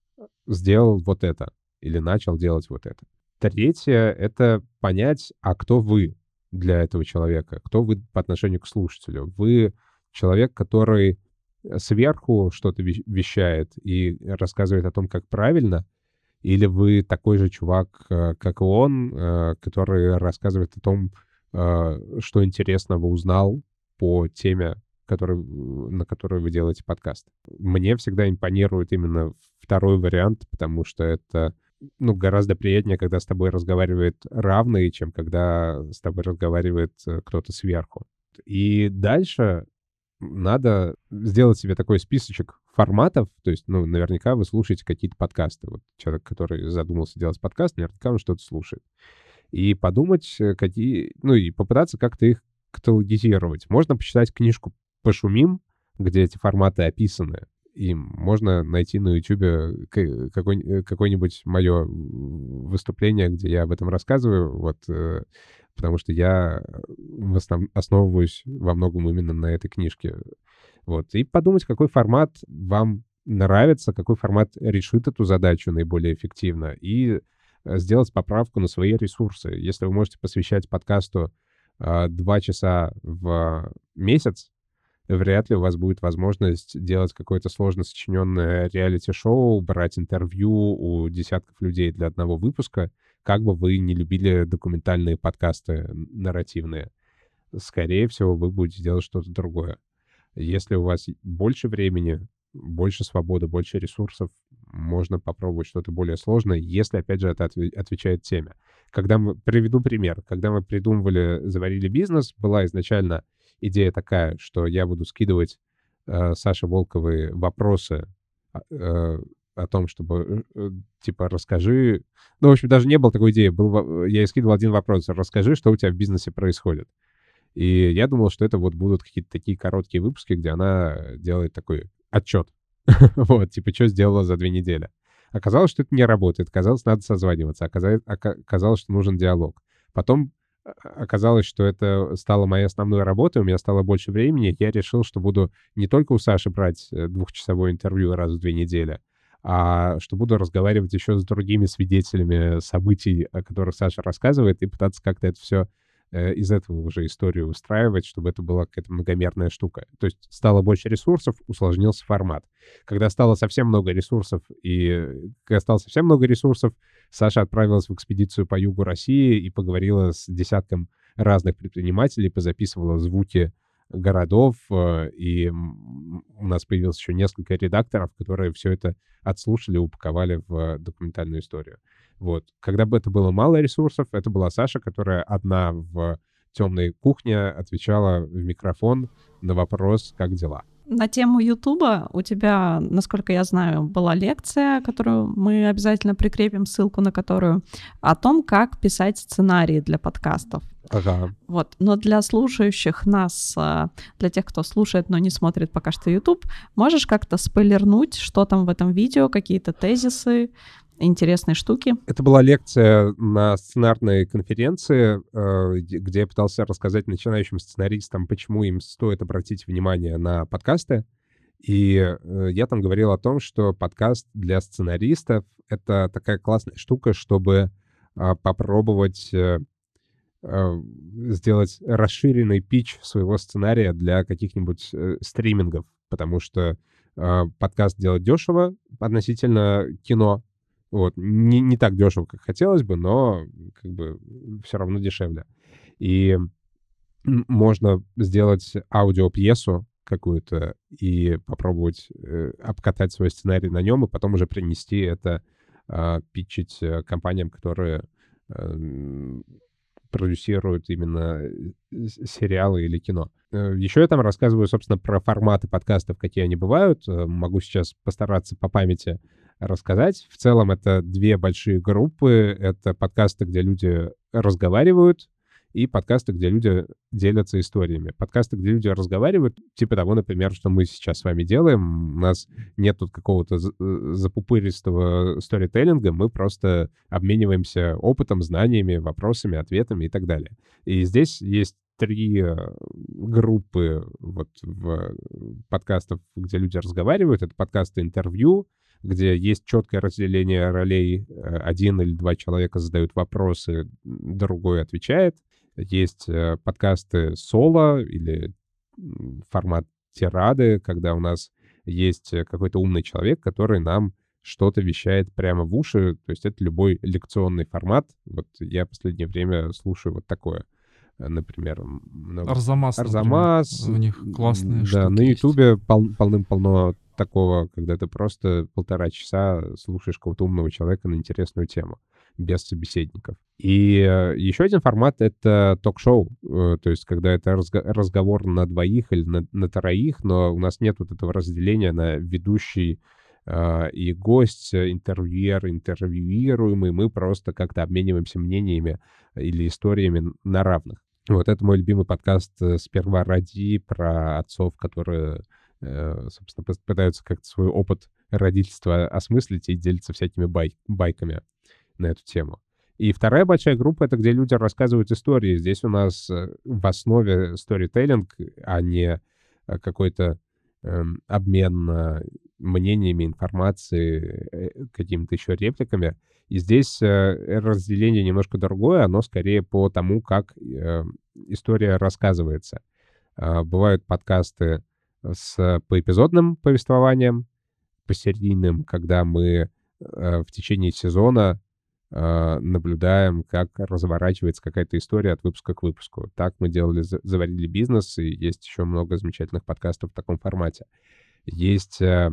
сделал вот это или начал делать вот это. Третье — это понять, а кто вы для этого человека, кто вы по отношению к слушателю. Вы человек, который сверху что-то вещает и рассказывает о том, как правильно, или вы такой же чувак, как и он, который рассказывает о том, что интересного узнал по теме, который, на которую вы делаете подкаст. Мне всегда импонирует именно второй вариант, потому что это ну, гораздо приятнее, когда с тобой разговаривает равный, чем когда с тобой разговаривает кто-то сверху. И дальше надо сделать себе такой списочек форматов. То есть, ну, наверняка вы слушаете какие-то подкасты. Вот человек, который задумался делать подкаст, наверняка он что-то слушает. И подумать, какие... Ну, и попытаться как-то их каталогизировать. Можно почитать книжку «Пошумим», где эти форматы описаны. И можно найти на Ютубе какой- какое-нибудь мое выступление, где я об этом рассказываю, вот, потому что я в основном основываюсь во многом именно на этой книжке. Вот. И подумать, какой формат вам нравится, какой формат решит эту задачу наиболее эффективно, и сделать поправку на свои ресурсы. Если вы можете посвящать подкасту два часа в месяц, вряд ли у вас будет возможность делать какое-то сложно сочиненное реалити-шоу, брать интервью у десятков людей для одного выпуска, как бы вы не любили документальные подкасты нарративные. Скорее всего, вы будете делать что-то другое. Если у вас больше времени, больше свободы, больше ресурсов, можно попробовать что-то более сложное, если, опять же, это отвечает теме. Когда мы... Приведу пример. Когда мы придумывали «Заварили бизнес», была изначально идея такая, что я буду скидывать э, Саше Волковой вопросы э, о том, чтобы, э, типа, расскажи... Ну, в общем, даже не было такой идеи. Был, я ей скидывал один вопрос. Расскажи, что у тебя в бизнесе происходит. И я думал, что это вот будут какие-то такие короткие выпуски, где она делает такой отчет. Вот, типа, что сделала за две недели. Оказалось, что это не работает. Оказалось, надо созваниваться. Оказалось, что нужен диалог. Потом оказалось, что это стало моей основной работой, у меня стало больше времени, я решил, что буду не только у Саши брать двухчасовое интервью раз в две недели, а что буду разговаривать еще с другими свидетелями событий, о которых Саша рассказывает, и пытаться как-то это все из этого уже историю устраивать, чтобы это была какая-то многомерная штука. То есть стало больше ресурсов, усложнился формат. Когда стало совсем много ресурсов, и когда стало совсем много ресурсов, Саша отправилась в экспедицию по югу России и поговорила с десятком разных предпринимателей, позаписывала звуки городов, и у нас появилось еще несколько редакторов, которые все это отслушали, упаковали в документальную историю. Вот. Когда бы это было мало ресурсов, это была Саша, которая одна в темной кухне отвечала в микрофон на вопрос «Как дела?». На тему Ютуба у тебя, насколько я знаю, была лекция, которую мы обязательно прикрепим, ссылку на которую, о том, как писать сценарии для подкастов. Ага. Вот. Но для слушающих нас, для тех, кто слушает, но не смотрит пока что YouTube, можешь как-то спойлернуть, что там в этом видео, какие-то тезисы, интересные штуки? Это была лекция на сценарной конференции, где я пытался рассказать начинающим сценаристам, почему им стоит обратить внимание на подкасты. И я там говорил о том, что подкаст для сценаристов — это такая классная штука, чтобы попробовать сделать расширенный питч своего сценария для каких-нибудь стримингов, потому что подкаст делать дешево относительно кино. Вот. Не, не так дешево, как хотелось бы, но как бы все равно дешевле. И можно сделать аудиопьесу, какую-то и попробовать э, обкатать свой сценарий на нем, и потом уже принести это, э, питчить э, компаниям, которые э, продюсируют именно с- сериалы или кино. Э, Еще я там рассказываю, собственно, про форматы подкастов, какие они бывают. Э, Могу сейчас постараться по памяти рассказать. В целом это две большие группы. Это подкасты, где люди разговаривают, и подкасты, где люди делятся историями. Подкасты, где люди разговаривают, типа того, например, что мы сейчас с вами делаем. У нас нет тут какого-то за- э, запупыристого сторителлинга, мы просто обмениваемся опытом, знаниями, вопросами, ответами и так далее. И здесь есть три э, группы вот в подкастов, где люди разговаривают. Это подкасты интервью, где есть четкое разделение ролей. Э, Один или два человека задают вопросы, другой отвечает. Есть э, подкасты соло или м, формат тирады, когда у нас есть э, какой-то умный человек, который нам что-то вещает прямо в уши. То есть это любой лекционный формат. Вот я в последнее время слушаю вот такое. Э, Например, м, много... Арзамас, например. Арзамас. У них классные м, штуки Да, на есть. Ютубе пол- полным-полно такого, когда ты просто полтора часа слушаешь какого-то умного человека на интересную тему, без собеседников. И э, еще один формат — это ток-шоу, э, то есть когда это разго- разговор на двоих или на, на троих, но у нас нет вот этого разделения на ведущий э, и гость, э, интервьюер, интервьюируемый, мы просто как-то обмениваемся мнениями или историями на равных. Вот это мой любимый подкаст э, «Сперва роди», про отцов, которые, э, собственно, пы- пытаются как-то свой опыт родительства осмыслить и делятся всякими бай- байками на эту тему. И вторая большая группа — это где люди рассказывают истории. Здесь у нас э, в основе сторителлинг, а не э, какой-то эм, обмен э, мнениями, информацией, э, какими-то еще репликами. И здесь э, разделение немножко другое, оно скорее по тому, как э, история рассказывается. А, Бывают подкасты с поэпизодным повествованием, посерийным, когда мы э, в течение сезона э, наблюдаем, как разворачивается какая-то история от выпуска к выпуску. Так мы делали «За- «Заварили бизнес», и есть еще много замечательных подкастов в таком формате. Есть э,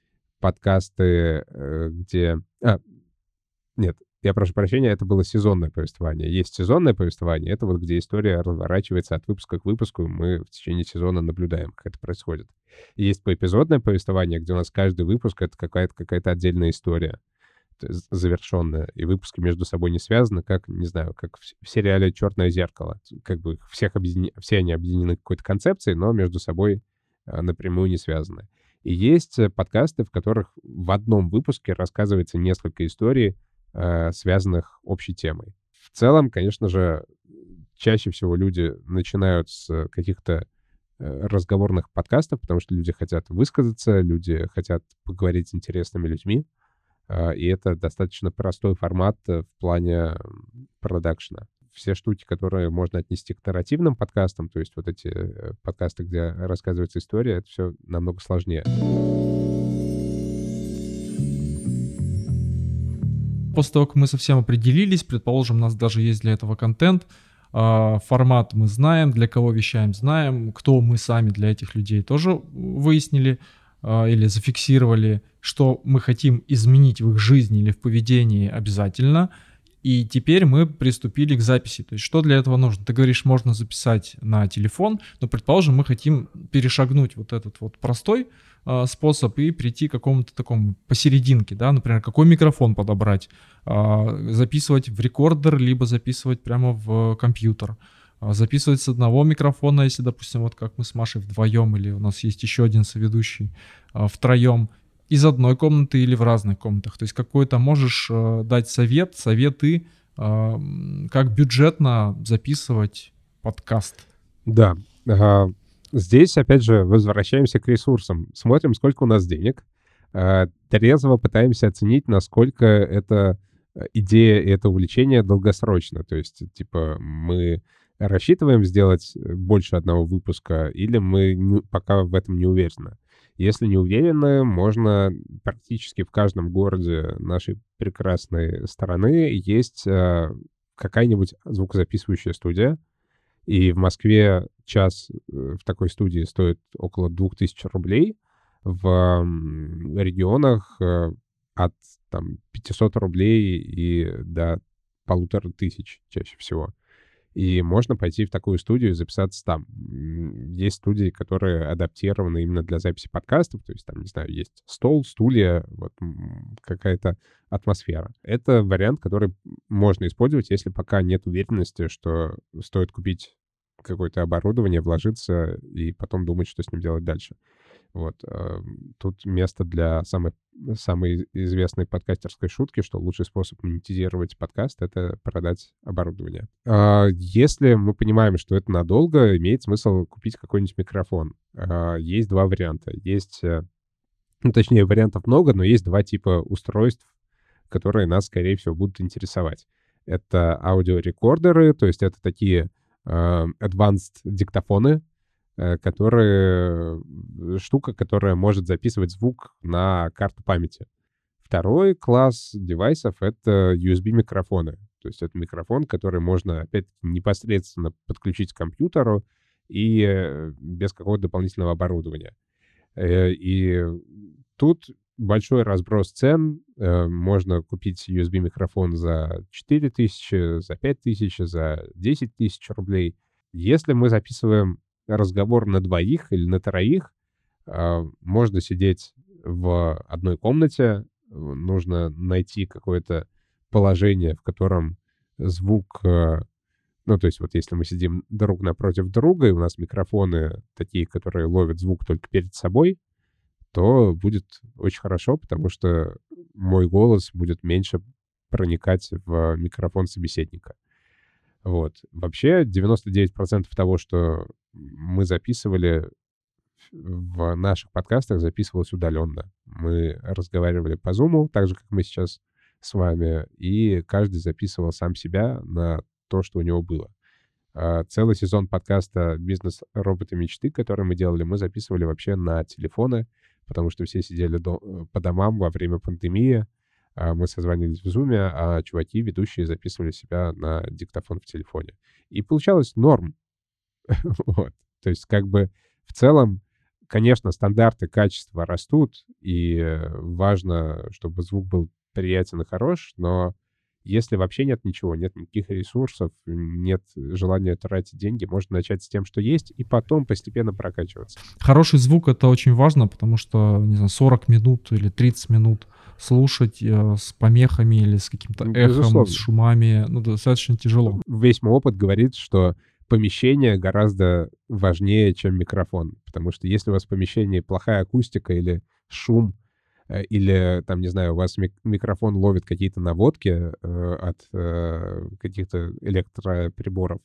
подкасты, э, где... А, нет, я прошу прощения, это было сезонное повествование. Есть сезонное повествование, это вот где история разворачивается от выпуска к выпуску, и мы в течение сезона наблюдаем, как это происходит. И есть поэпизодное повествование, где у нас каждый выпуск — это какая-то какая-то отдельная история, т- з- завершенная, и выпуски между собой не связаны, как, не знаю, как в с- в сериале «Черное зеркало». Как бы их всех объедини- все они объединены какой-то концепцией, но между собой э, напрямую не связаны. И есть э, подкасты, в которых в одном выпуске рассказывается несколько историй, э, связанных общей темой. В целом, конечно же, чаще всего люди начинают с каких-то э, разговорных подкастов, потому что люди хотят высказаться, люди хотят поговорить с интересными людьми, а, и это достаточно простой формат э, в плане м, продакшена. Все штуки, которые можно отнести к нарративным подкастам, то есть вот эти э, подкасты, где рассказывается история, это все намного сложнее. После того, как мы совсем определились, предположим, у нас даже есть для этого контент, а, формат мы знаем, для кого вещаем знаем, кто мы сами для этих людей тоже выяснили а, или зафиксировали, что мы хотим изменить в их жизни или в поведении обязательно. И теперь мы приступили к записи. То есть что для этого нужно? Ты говоришь, можно записать на телефон, но, предположим, мы хотим перешагнуть вот этот вот простой а, способ и прийти к какому-то такому посерединке, да, например, какой микрофон подобрать, а, записывать в рекордер, либо записывать прямо в компьютер, а, записывать с одного микрофона, если, допустим, вот как мы с Машей вдвоем, или у нас есть еще один соведущий, а, втроем, из одной комнаты или в разных комнатах. То есть какой-то можешь э, дать совет, советы, э, м, как бюджетно записывать подкаст. Да. ага. Здесь, опять же, возвращаемся к ресурсам. Смотрим, сколько у нас денег. а, Трезво пытаемся оценить, насколько эта э, идея и это увлечение долгосрочно. То есть, типа, мы рассчитываем сделать больше одного выпуска, или мы не- пока в этом не уверены. Если не уверены, можно практически в каждом городе нашей прекрасной страны есть э, какая-нибудь звукозаписывающая студия. И в Москве час в такой студии стоит около две тысячи рублей. В регионах от там, пятьсот рублей и до полутора тысяч чаще всего. И можно пойти в такую студию и записаться там. Есть студии, которые адаптированы именно для записи подкастов. То есть там, не знаю, есть стол, стулья, вот какая-то атмосфера. Это вариант, который можно использовать, если пока нет уверенности, что стоит купить какое-то оборудование, вложиться и потом думать, что с ним делать дальше. Вот. Тут место для самой, самой известной подкастерской шутки, что лучший способ монетизировать подкаст — это продать оборудование. Если мы понимаем, что это надолго, имеет смысл купить какой-нибудь микрофон. Есть два варианта. Есть, ну, точнее, вариантов много, но есть два типа устройств, которые нас, скорее всего, будут интересовать. Это аудиорекордеры, то есть это такие advanced диктофоны, которые, штука, которая может записывать звук на карту памяти. Второй класс девайсов — это ю эс би-микрофоны. То есть это микрофон, который можно, опять-таки, непосредственно подключить к компьютеру и без какого-то дополнительного оборудования. И тут большой разброс цен. Можно купить ю эс би-микрофон за четыре тысячи, за пять тысяч, за десять тысяч рублей. Если мы записываем разговор на двоих или на троих, можно сидеть в одной комнате, нужно найти какое-то положение, в котором звук... Ну, то есть вот если мы сидим друг напротив друга, и у нас микрофоны такие, которые ловят звук только перед собой, то будет очень хорошо, потому что мой голос будет меньше проникать в микрофон собеседника. Вот. Вообще девяносто девять процентов того, что мы записывали в наших подкастах, записывалось удаленно. Мы разговаривали по Zoom, так же, как мы сейчас с вами, и каждый записывал сам себя на то, что у него было. Целый сезон подкаста «Бизнес-роботы мечты», который мы делали, мы записывали вообще на телефоны, потому что все сидели до, по домам во время пандемии. Мы созванивались в Zoom, а чуваки, ведущие, записывали себя на диктофон в телефоне. И получалось норм. Вот. То есть как бы в целом, конечно, стандарты качества растут, и важно, чтобы звук был приятен и хорош, но если вообще нет ничего, нет никаких ресурсов, нет желания тратить деньги, можно начать с тем, что есть, и потом постепенно прокачиваться. Хороший звук — это очень важно, потому что, не знаю, сорок минут или тридцать минут слушать э, с помехами или с каким-то эхом, Безусловно. С шумами, ну, достаточно тяжело. Весь мой опыт говорит, что помещение гораздо важнее, чем микрофон, потому что если у вас в помещении плохая акустика или шум, или, там, не знаю, у вас мик- микрофон ловит какие-то наводки э, от э, каких-то электроприборов,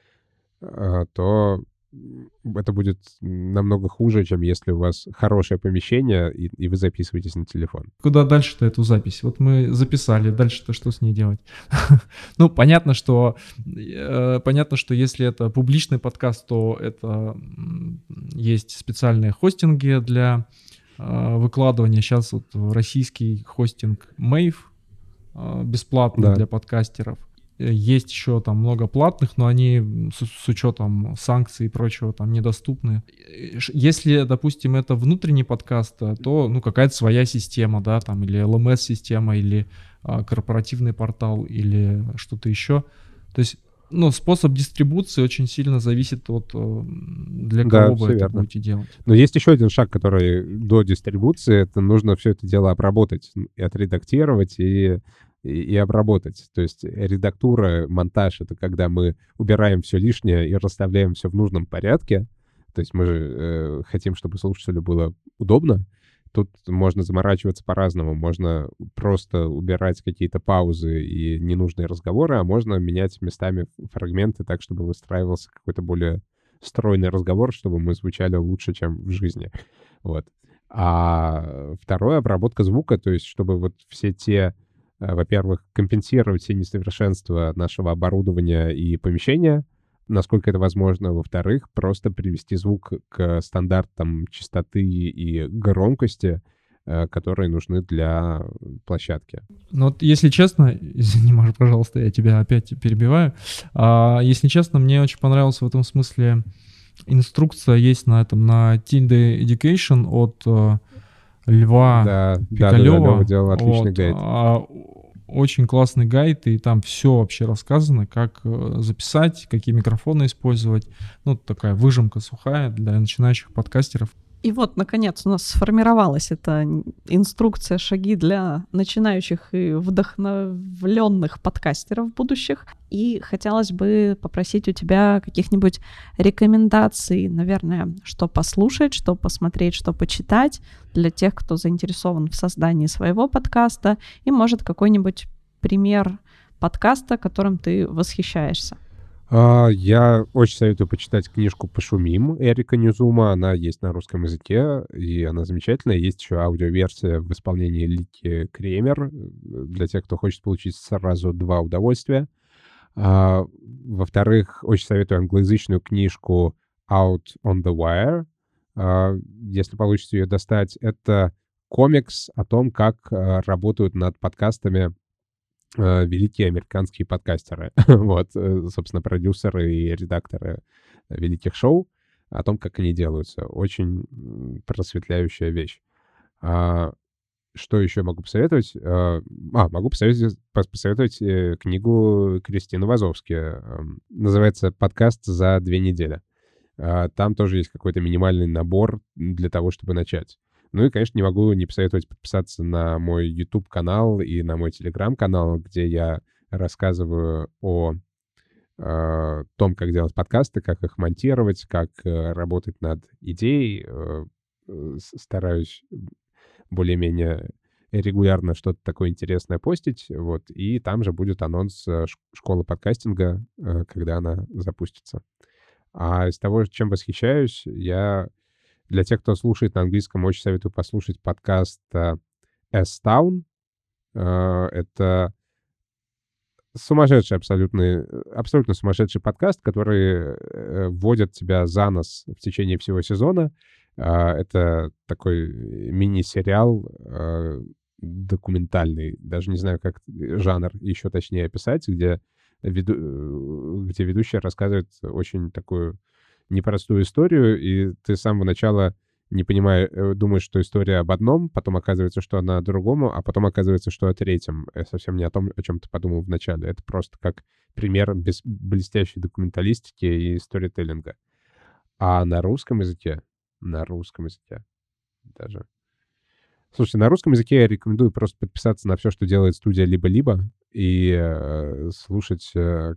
э, то это будет намного хуже, чем если у вас хорошее помещение, и, и вы записываетесь на телефон. Куда дальше-то эту запись? Вот мы записали, дальше-то что с ней делать? Ну, понятно, что э, понятно, что если это публичный подкаст, то это есть специальные хостинги для выкладывания. Сейчас вот российский хостинг Мэйв бесплатный да. для подкастеров. Есть еще там много платных, но они с, с учетом санкций и прочего там недоступны. Если, допустим, это внутренний подкаст, то ну какая-то своя система, да, там или эл эм эс-система, или а, корпоративный портал, или что-то еще. То есть ну, способ дистрибуции очень сильно зависит от для кого да, вы это верно. Будете делать. Но есть еще один шаг, который до дистрибуции. Это нужно все это дело обработать, и отредактировать, и, и, и обработать. То есть редактура, монтаж — это когда мы убираем все лишнее и расставляем все в нужном порядке. То есть мы же э, хотим, чтобы слушателю было удобно. Тут можно заморачиваться по-разному. Можно просто убирать какие-то паузы и ненужные разговоры, а можно менять местами фрагменты так, чтобы выстраивался какой-то более стройный разговор, чтобы мы звучали лучше, чем в жизни. Вот. А второе — обработка звука, то есть чтобы вот все те, во-первых, компенсировать все несовершенства нашего оборудования и помещения, насколько это возможно. Во-вторых, просто привести звук к стандартам частоты и громкости, которые нужны для площадки. Ну вот, если честно, извини, Маша, пожалуйста, я тебя опять перебиваю. А, если честно, мне очень понравился в этом смысле Инструкция есть на этом, на Tilde Education от э, Льва Да, Пикалева. да, да, Лёва делал отличный Вот, гайд. а, очень классный гайд, и там все вообще рассказано, как э, записать, какие микрофоны использовать. Ну, такая выжимка сухая для начинающих подкастеров. И вот, наконец, у нас сформировалась эта инструкция, шаги для начинающих и вдохновленных подкастеров будущих. И хотелось бы попросить у тебя каких-нибудь рекомендаций, наверное, что послушать, что посмотреть, что почитать для тех, кто заинтересован в создании своего подкаста, и, может, какой-нибудь пример подкаста, которым ты восхищаешься. Я очень советую почитать книжку «Пошумим» Эрика Ньюзума. Она есть на русском языке, и она замечательная. Есть еще аудиоверсия в исполнении Лики Кремер для тех, кто хочет получить сразу два удовольствия. Во-вторых, очень советую англоязычную книжку «Out on the Wire». Если получится ее достать, это комикс о том, как работают над подкастами великие американские подкастеры. Вот, собственно, продюсеры и редакторы великих шоу, о том, как они делаются. Очень просветляющая вещь. А, что еще могу посоветовать? А, могу посоветовать, посоветовать книгу Кристины Вазовски. Называется «Подкаст за две недели». А, там тоже есть какой-то минимальный набор для того, чтобы начать. Ну и, конечно, не могу не посоветовать подписаться на мой YouTube-канал и на мой Telegram-канал, где я рассказываю о э, том, как делать подкасты, как их монтировать, как э, работать над идеей. Э, э, стараюсь более-менее регулярно что-то такое интересное постить. Вот, и там же будет анонс э, школы подкастинга, э, когда она запустится. А из того, чем восхищаюсь, я... Для тех, кто слушает на английском, очень советую послушать подкаст S-Town. Это сумасшедший абсолютно, абсолютно сумасшедший подкаст, который вводит тебя за нос в течение всего сезона. Это такой мини-сериал документальный, даже не знаю, как жанр еще точнее описать, где, веду, где ведущий рассказывает очень такую непростую историю, и ты с самого начала не понимаешь, думаешь, что история об одном, потом оказывается, что она о другом, а потом оказывается, что о третьем. Совсем не о том, о чем ты подумал вначале. Это просто как пример без блестящей документалистики и сторителлинга. А на русском языке, на русском языке даже... Слушайте, на русском языке я рекомендую просто подписаться на все, что делает студия «Либо-либо», и э, слушать, э,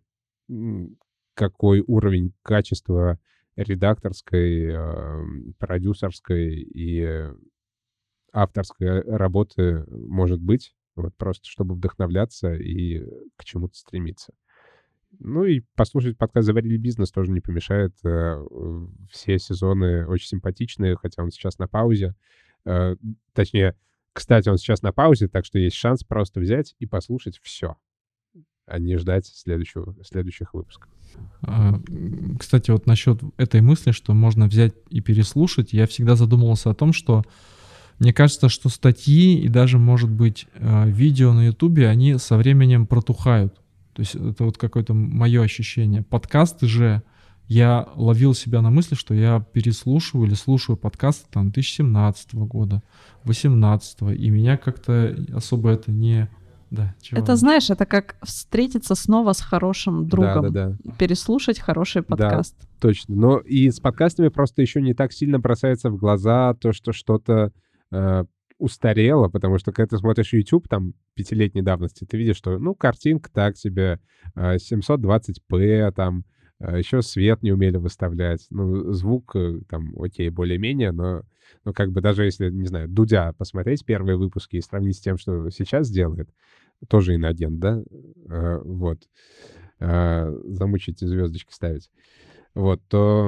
какой уровень качества редакторской, продюсерской и авторской работы может быть, вот просто чтобы вдохновляться и к чему-то стремиться. Ну и послушать подкаст «Заварили бизнес» тоже не помешает. Все сезоны очень симпатичные, хотя он сейчас на паузе. Точнее, кстати, он сейчас на паузе, так что есть шанс просто взять и послушать все, а не ждать следующего, следующих выпусков. Кстати, вот насчет этой мысли, что можно взять и переслушать, я всегда задумывался о том, что мне кажется, что статьи и даже, может быть, видео на Ютубе, они со временем протухают. То есть это вот какое-то мое ощущение. Подкасты же, я ловил себя на мысли, что я переслушиваю или слушаю подкасты там две тысячи семнадцатого года, две тысячи восемнадцатого, и меня как-то особо это не... Да, это, знаешь, это как встретиться снова с хорошим другом, да, да, да. Переслушать хороший подкаст. Да, точно. Но и с подкастами просто еще не так сильно бросается в глаза то, что что-то э, устарело, потому что когда ты смотришь YouTube, там, пятилетней давности, ты видишь, что, ну, картинка так себе, э, семьсот двадцать пэ, там, э, еще свет не умели выставлять, ну, звук, э, там, окей, более-менее, но, ну, как бы даже если, не знаю, Дудя посмотреть первые выпуски и сравнить с тем, что сейчас делает, тоже инагент, да, э, вот, э, замучите звездочки ставить, вот, то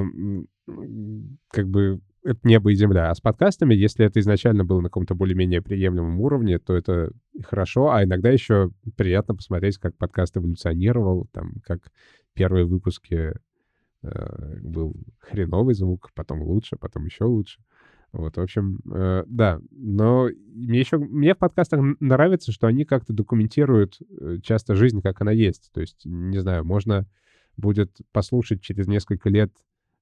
как бы это небо и земля. А с подкастами, если это изначально было на каком-то более-менее приемлемом уровне, то это хорошо, а иногда еще приятно посмотреть, как подкаст эволюционировал, там, как первые выпуски э, был хреновый звук, потом лучше, потом еще лучше. Вот, в общем, э, да, но мне еще, мне в подкастах нравится, что они как-то документируют часто жизнь, как она есть. То есть, не знаю, можно будет послушать через несколько лет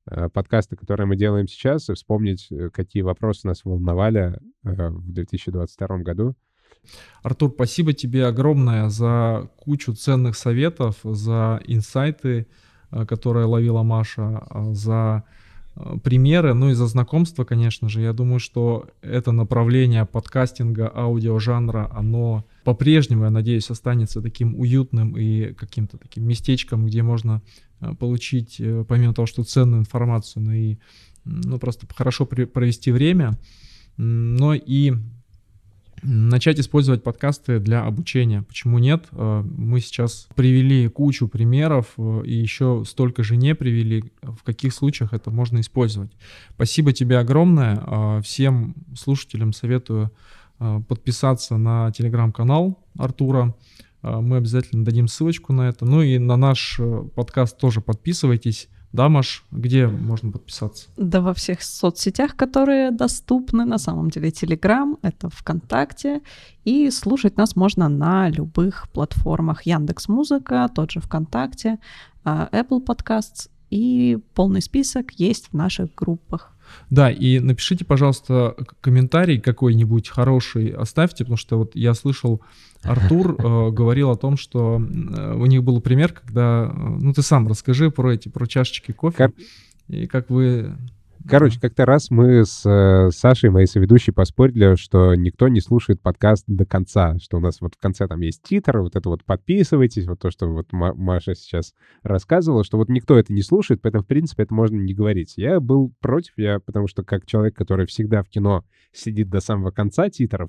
подкасты, которые мы делаем сейчас, и вспомнить, какие вопросы нас волновали в две тысячи двадцать втором году. Артур, спасибо тебе огромное за кучу ценных советов, за инсайты, которые ловила Маша, за примеры, ну и за знакомство, конечно же. Я думаю, что это направление подкастинга, аудиожанра, оно по-прежнему, я надеюсь, останется таким уютным и каким-то таким местечком, где можно получить, помимо того, что ценную информацию, но и ну, просто хорошо при- провести время, но и начать использовать подкасты для обучения. Почему нет? Мы сейчас привели кучу примеров и еще столько же не привели, в каких случаях это можно использовать. Спасибо тебе огромное. Всем слушателям советую подписаться на телеграм-канал Артура. Мы обязательно дадим ссылочку на это. Ну и на наш подкаст тоже подписывайтесь. Да, Маш, где можно подписаться? Да во всех соцсетях, которые доступны. На самом деле Telegram, это ВКонтакте. И слушать нас можно на любых платформах. Яндекс.Музыка, тот же ВКонтакте, Apple Podcasts. И полный список есть в наших группах. Да, и напишите, пожалуйста, комментарий какой-нибудь хороший оставьте, потому что вот я слышал, Артур э, говорил о том, что э, у них был пример, когда, э, ну ты сам расскажи про эти, про чашечки кофе, Кор... и как вы... Короче, как-то раз мы с э, Сашей, моей соведущей, поспорили, что никто не слушает подкаст до конца, что у нас вот в конце там есть титр, вот это вот подписывайтесь, вот то, что вот Ма- Маша сейчас рассказывала, что вот никто это не слушает, поэтому, в принципе, это можно не говорить. Я был против, я, потому что как человек, который всегда в кино сидит до самого конца титров,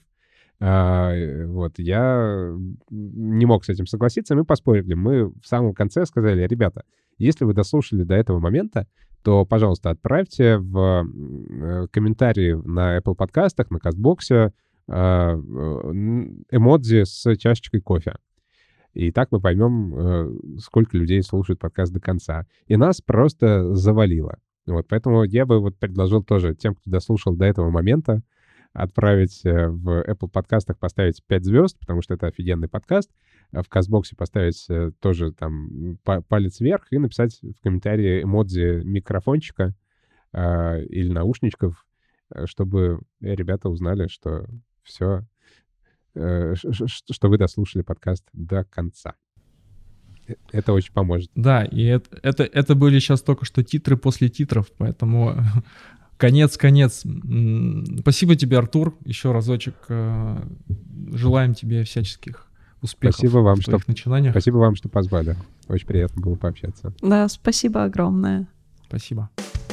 э, вот, я не мог с этим согласиться, мы поспорили. Мы в самом конце сказали: ребята, если вы дослушали до этого момента, то, пожалуйста, отправьте в комментарии на Apple подкастах, на Кастбоксе эмодзи с чашечкой кофе. И так мы поймем, сколько людей слушают подкаст до конца. И нас просто завалило. Вот, поэтому я бы вот предложил тоже тем, кто дослушал до этого момента, отправить в Apple подкастах, поставить пять звезд, потому что это офигенный подкаст, в Кастбоксе поставить тоже там палец вверх и написать в комментарии эмодзи микрофончика э, или наушничков, чтобы ребята узнали, что все, э, что вы дослушали подкаст до конца. Это очень поможет. Да, и это, это, это были сейчас только что титры после титров, поэтому... Конец-конец. Спасибо тебе, Артур, еще разочек. Желаем тебе всяческих успехов спасибо вам, в твоих что, начинаниях. Спасибо вам, что позвали. Очень приятно было пообщаться. Да, спасибо огромное. Спасибо.